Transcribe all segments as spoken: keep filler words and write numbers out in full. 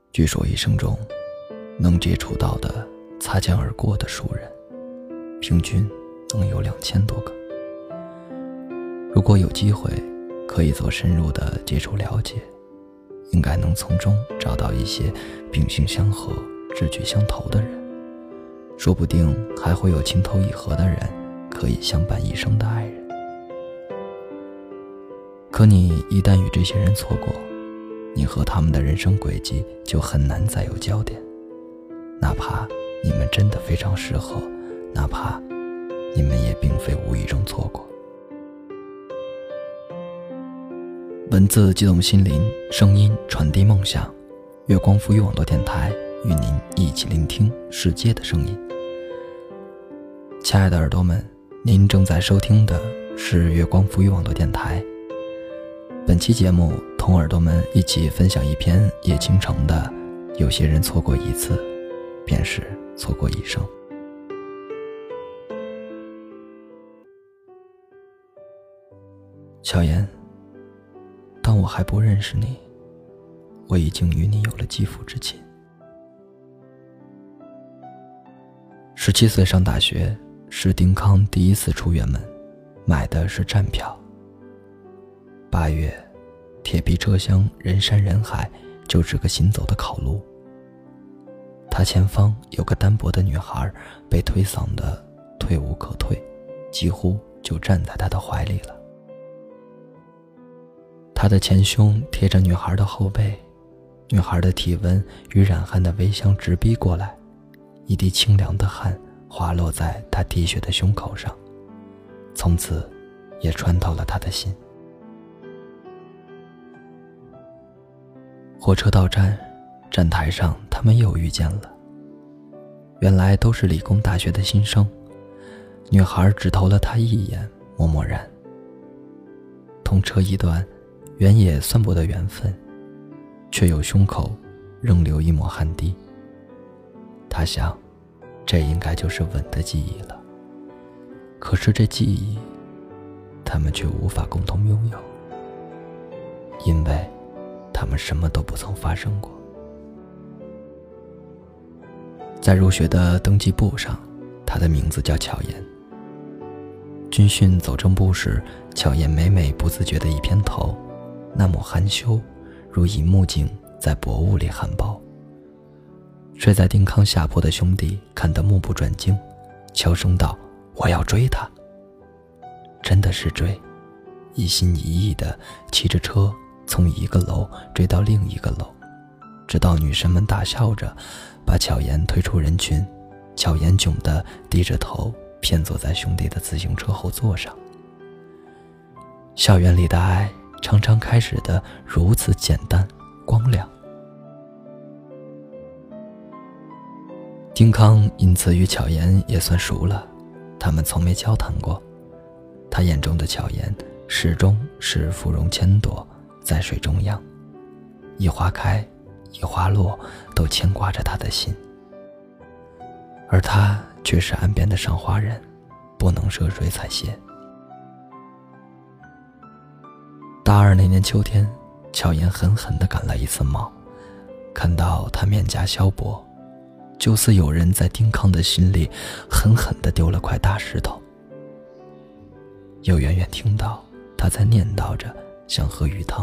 据说一生中能接触到的擦肩而过的熟人，平均能有两千多个。如果有机会可以做深入的接触了解，应该能从中找到一些秉性相合、志趣相投的人，说不定还会有情投意合的人可以相伴一生的爱人。可你一旦与这些人错过，你和他们的人生轨迹就很难再有交点，哪怕你们真的非常适合，哪怕你们也并非无意中错过。文字激动心灵，声音传递梦想。月光浮语网络电台与您一起聆听世界的声音。亲爱的耳朵们，您正在收听的是月光浮语网络电台。本期节目同耳朵们一起分享一篇叶倾城的《有些人错过一次，便是错过一生》。巧言，当我还不认识你，我已经与你有了肌肤之亲。十七岁上大学，是丁康第一次出远门，买的是站票。八月，铁皮车厢人山人海，就是个行走的烤炉。他前方有个单薄的女孩，被推搡得退无可退，几乎就站在他的怀里了。他的前胸贴着女孩的后背，女孩的体温与染汗的微香直逼过来，一滴清凉的汗滑落在他滴血的胸口上，从此也穿透了他的心。火车到站，站台上他们又遇见了。原来都是理工大学的新生，女孩只投了他一眼，默默然。同车一段，原也算不得缘分，却有胸口仍留一抹汗滴。他想，这应该就是吻的记忆了。可是这记忆，他们却无法共同拥有，因为他们什么都不曾发生过。在入学的登记簿上，他的名字叫巧言。军训走正步时，巧言每每不自觉地一偏头，那抹含羞如以木镜在薄雾里含苞。睡在丁康下铺的兄弟看得目不转睛，悄声道：“我要追他。”真的是追，一心一意地骑着车从一个楼追到另一个楼，直到女生们大笑着把巧言推出人群，巧言窘地低着头偏坐在兄弟的自行车后座上。校园里的爱常常开始的如此简单光亮。丁康因此与巧言也算熟了，他们从没交谈过。他眼中的巧言始终是芙蓉千朵在水中央，一花开一花落都牵挂着他的心，而他却是岸边的赏花人，不能涉水采撷。大二那年秋天，巧言狠狠地赶了一次毛，看到他面颊消薄，就似有人在丁康的心里狠狠地丢了块大石头。又远远听到他在念叨着想喝鱼汤，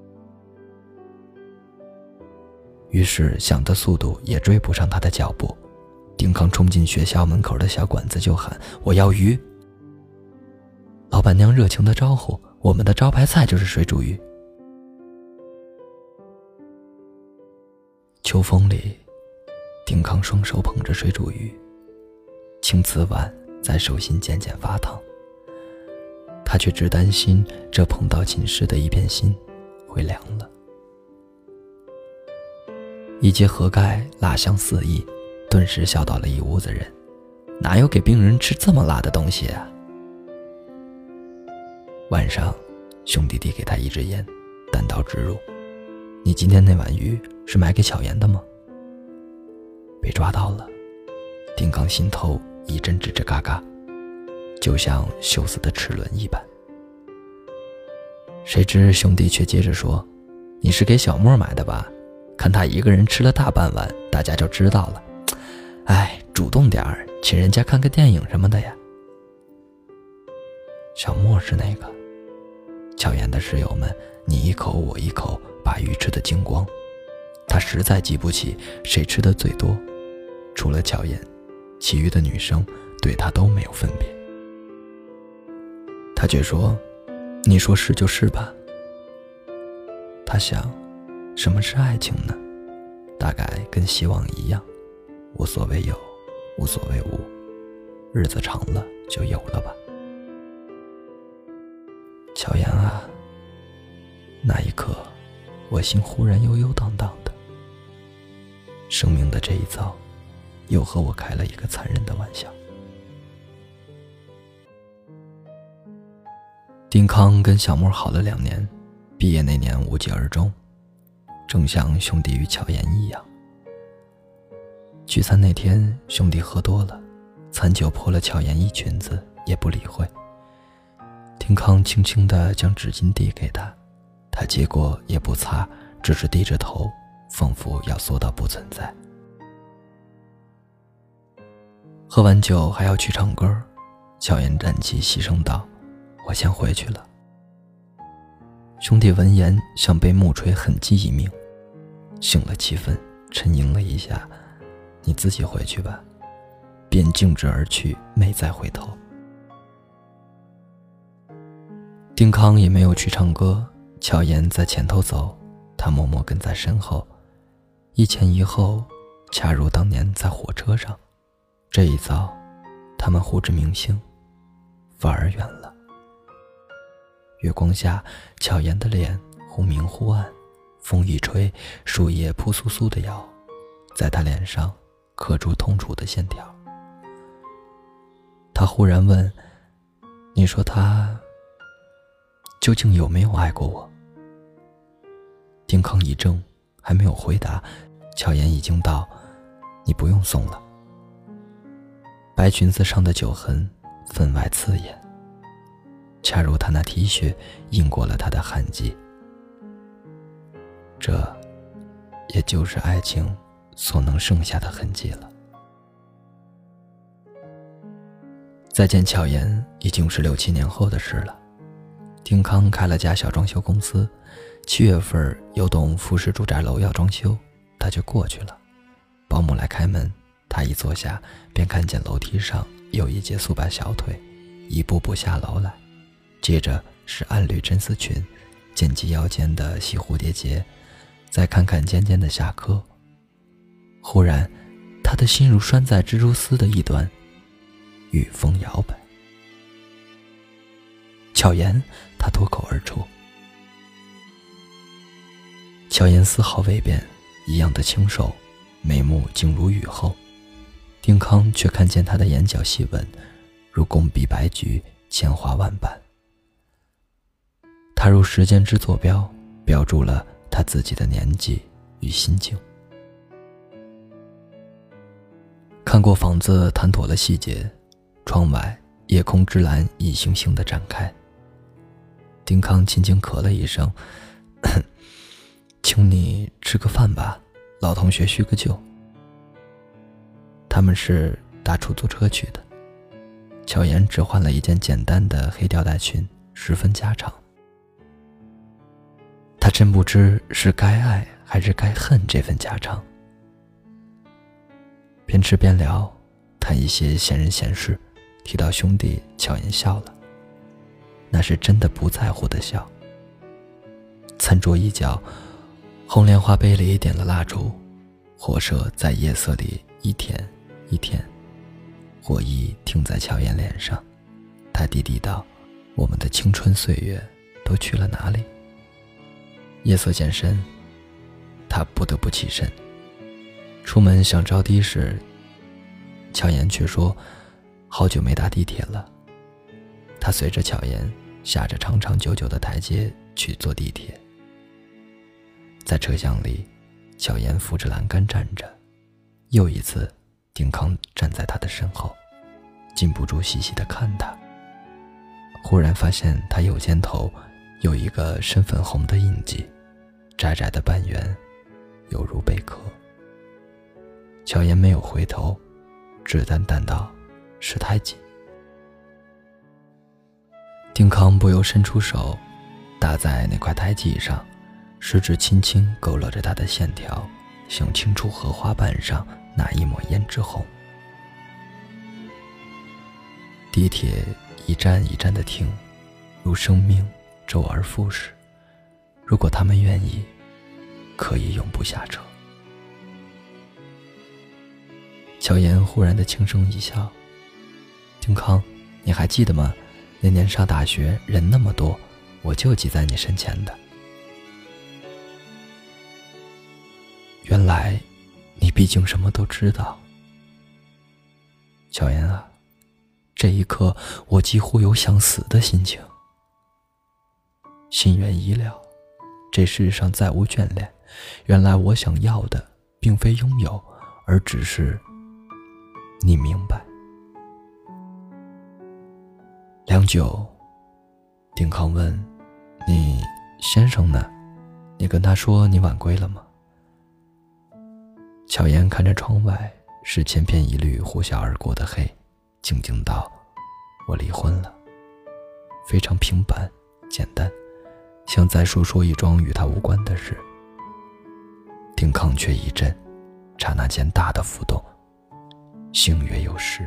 于是想的速度也追不上他的脚步。丁康冲进学校门口的小馆子就喊：“我要鱼！”老板娘热情地招呼：“我们的招牌菜就是水煮鱼。”秋风里，丁康双手捧着水煮鱼，青瓷碗在手心渐渐发烫，他却只担心这捧到寝室的一片心会凉了。一揭盒盖，辣香四溢，顿时笑到了一屋子人。哪有给病人吃这么辣的东西啊？晚上，兄弟递给他一支烟，单刀直入：“你今天那碗鱼是买给巧言的吗？”被抓到了，丁康心头一阵吱吱嘎嘎，就像锈死的齿轮一般。谁知兄弟却接着说：“你是给小莫买的吧？ 看他一个人吃了大半碗，大家就知道了。哎，主动点儿，请人家看个电影什么的呀。小莫是那个，巧言的室友们你一口我一口把鱼吃得精光，他实在记不起谁吃的最多，除了巧言，其余的女生对他都没有分别。他却说，你说是就是吧。他想，什么是爱情呢？大概跟希望一样，无所谓有，无所谓无，日子长了就有了吧。巧言啊，那一刻我心忽然悠悠荡荡的，生命的这一遭又和我开了一个残忍的玩笑。丁康跟小莫好了两年，毕业那年无疾而终，正像兄弟与巧言一样。聚餐那天，兄弟喝多了，餐酒泼了巧言一裙子，也不理会。丁康轻轻地将纸巾递给他，他接过也不擦，只是低着头，仿佛要缩到不存在。喝完酒还要去唱歌，巧言站起细声道，我先回去了。兄弟闻言像被木锤狠击一命，醒了气氛，沉吟了一下，你自己回去吧，便径直而去，没再回头。丁康也没有去唱歌，巧言在前头走，他默默跟在身后，一前一后，恰如当年在火车上。这一遭，他们互致明星，反而远了。月光下，巧言的脸忽明忽暗，风一吹，树叶扑簌簌地摇，在他脸上刻出痛楚的线条。他忽然问，你说他究竟有没有爱过我？丁康一怔，还没有回答，巧言已经道，你不用送了。白裙子上的酒痕分外刺眼，恰如他那 T 恤印过了他的汗迹。这也就是爱情所能剩下的痕迹了。再见巧言已经是六七年后的事了。丁康开了家小装修公司，七月份有栋复式住宅楼要装修，他就过去了。保姆来开门，他一坐下便看见楼梯上有一截素白小腿，一步步下楼来，接着是暗绿真丝裙，剪及腰间的细蝴蝶结，再看看尖尖的下颌。忽然他的心如拴在蜘蛛丝的一端，御风摇摆。巧言，他脱口而出。巧言丝毫未变，一样的清瘦，眉目静如雨后。丁康却看见他的眼角细纹，如拱璧白菊，千花万瓣。他如时间之坐标，标注了他自己的年纪与心境。看过房子，谈妥了细节，窗外夜空之蓝一星星地展开。丁康轻轻咳了一声，请你吃个饭吧，老同学叙个旧。他们是搭出租车去的，巧言只换了一件简单的黑吊带裙，十分家常。他真不知是该爱还是该恨这份家常。边吃边聊，谈一些闲人闲事，提到兄弟，巧言笑了，那是真的不在乎的笑。餐桌一角，红莲花杯里点了蜡烛，火射在夜色里一天一天，火意停在巧言脸上。他低低道，我们的青春岁月都去了哪里？夜色渐深，他不得不起身。出门想招的时，巧言却说好久没搭地铁了。他随着巧言下着长长久久的台阶去坐地铁。在车厢里，巧言扶着栏杆站着，又一次丁康站在他的身后，禁不住细细地看他。忽然发现他右肩头有一个深粉红的印记，窄窄的半圆， 犹如贝壳。巧言没有回头，只淡淡道：“是太紧。”丁康不由伸出手，搭在那块胎记上，食指轻轻勾勒着它的线条，像轻触荷花瓣上那一抹胭脂红。地铁一站一站地停，如生命周而复始。如果他们愿意，可以永不下车。巧言忽然的轻声一笑：“丁康，你还记得吗？那年上大学人那么多，我就挤在你身前的。原来你毕竟什么都知道。”巧言啊，这一刻我几乎有想死的心情。心猿意了，这世上再无眷恋，原来我想要的并非拥有，而只是你明白。良久，丁康问：“你先生呢？你跟他说你晚归了吗？”巧言看着窗外是千篇一律呼啸而过的黑，静静道：“我离婚了。”非常平板简单，像在述说一桩与他无关的事。丁康却一震，刹那间大的浮动，星月有失。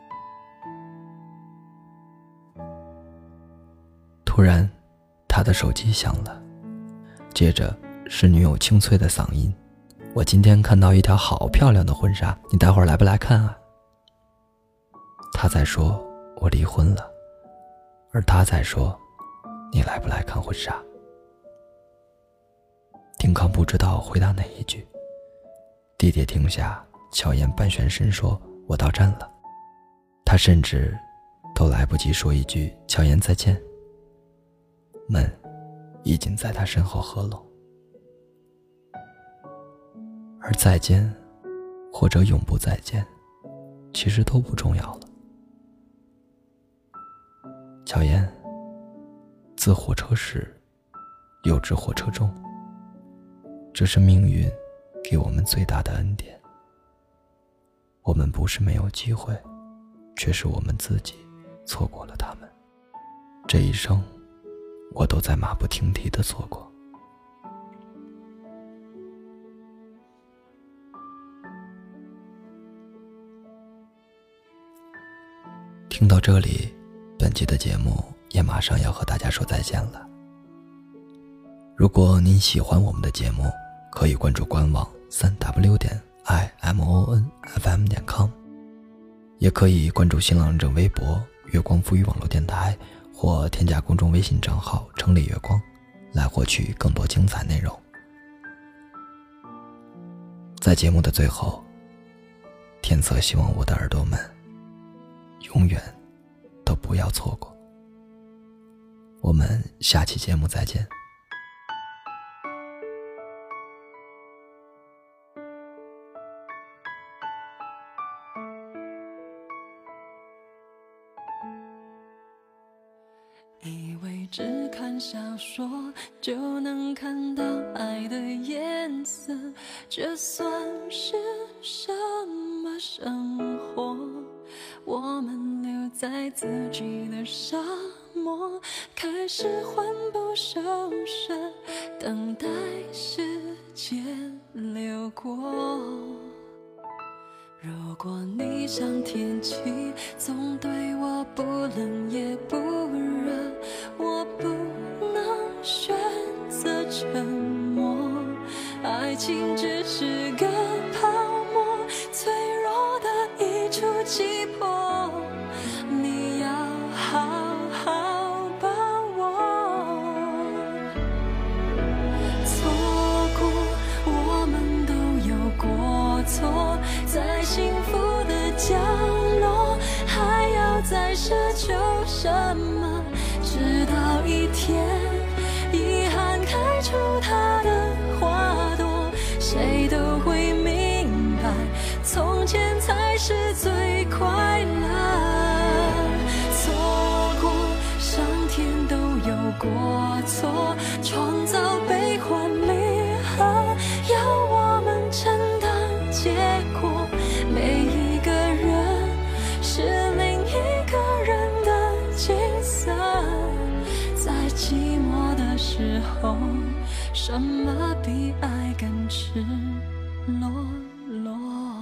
突然他的手机响了，接着是女友清脆的嗓音：“我今天看到一条好漂亮的婚纱，你待会儿来不来看啊？”他在说我离婚了，而他在说你来不来看婚纱。丁康不知道回答哪一句。地铁停下，巧言半旋身说：“我到站了。”他甚至都来不及说一句“巧言再见”，门已经在他身后合拢。而再见或者永不再见，其实都不重要了。巧言，自火车始，又至火车终，这是命运给我们最大的恩典。我们不是没有机会，却是我们自己错过了他们。这一生，我都在马不停蹄地错过。听到这里，本期的节目也马上要和大家说再见了。如果您喜欢我们的节目，可以关注官网 三 w 点 i m o n f m 点 com， 也可以关注新浪认证微博月光浮语网络电台，或添加公众微信账号城里月光，来获取更多精彩内容。在节目的最后，天策希望我的耳朵们永远都不要错过。我们下期节目再见。 以为只看小说就能看到爱的颜色，这算是什么生活？我们留在自己的沙漠，开始魂不守舍，等待时间流过。如果你像天气，总对我不冷也不热，我不能选择沉默。爱情只是个泡沫，脆弱的一触即破，你要好好把握。错过，我们都有过错，在幸福的角落，还要再奢求什么？直到一天，遗憾开出它的花朵，谁都会明白，从前才是最快乐。错过，上天都有过错，创造悲欢离合，要我寂寞的时候，什么比爱更赤裸裸？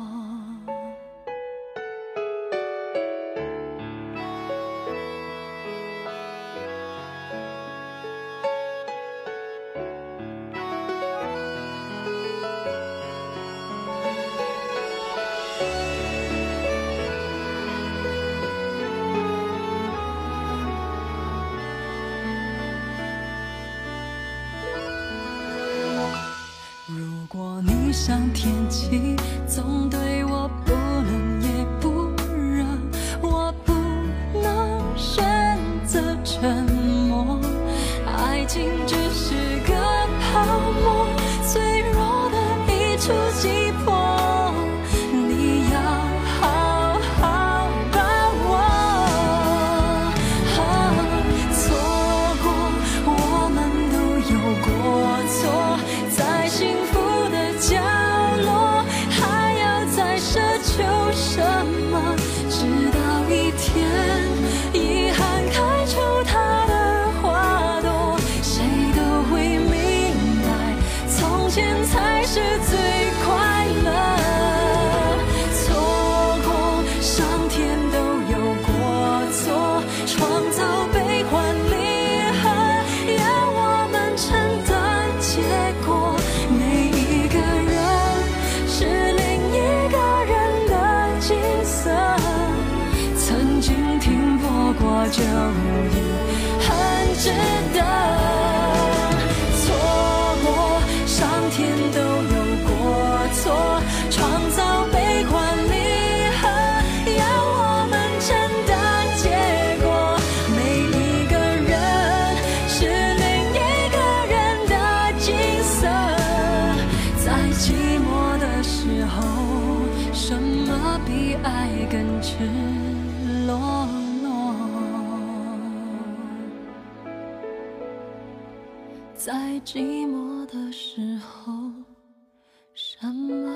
你像天气，总对我不冷也不热，我不能选择沉默。爱情只是个泡沫，脆弱的一触即破，你要好好把握。啊，错过，我们都有过错，在幸福角落，还要再奢求什么？直到一天，遗憾开出它的花朵，谁都会明白，从前才是最快乐。错过，上天都有过错，创造悲欢离合，要我们承担结果。每一个是另一个人的景色，曾经停泊过就已很值得。错过，上天都有过错，创造悲欢离合，要我们承担结果。每一个人是另一个人的景色，在寂寞的时候，什么比爱更赤裸裸？在寂寞的时候，什么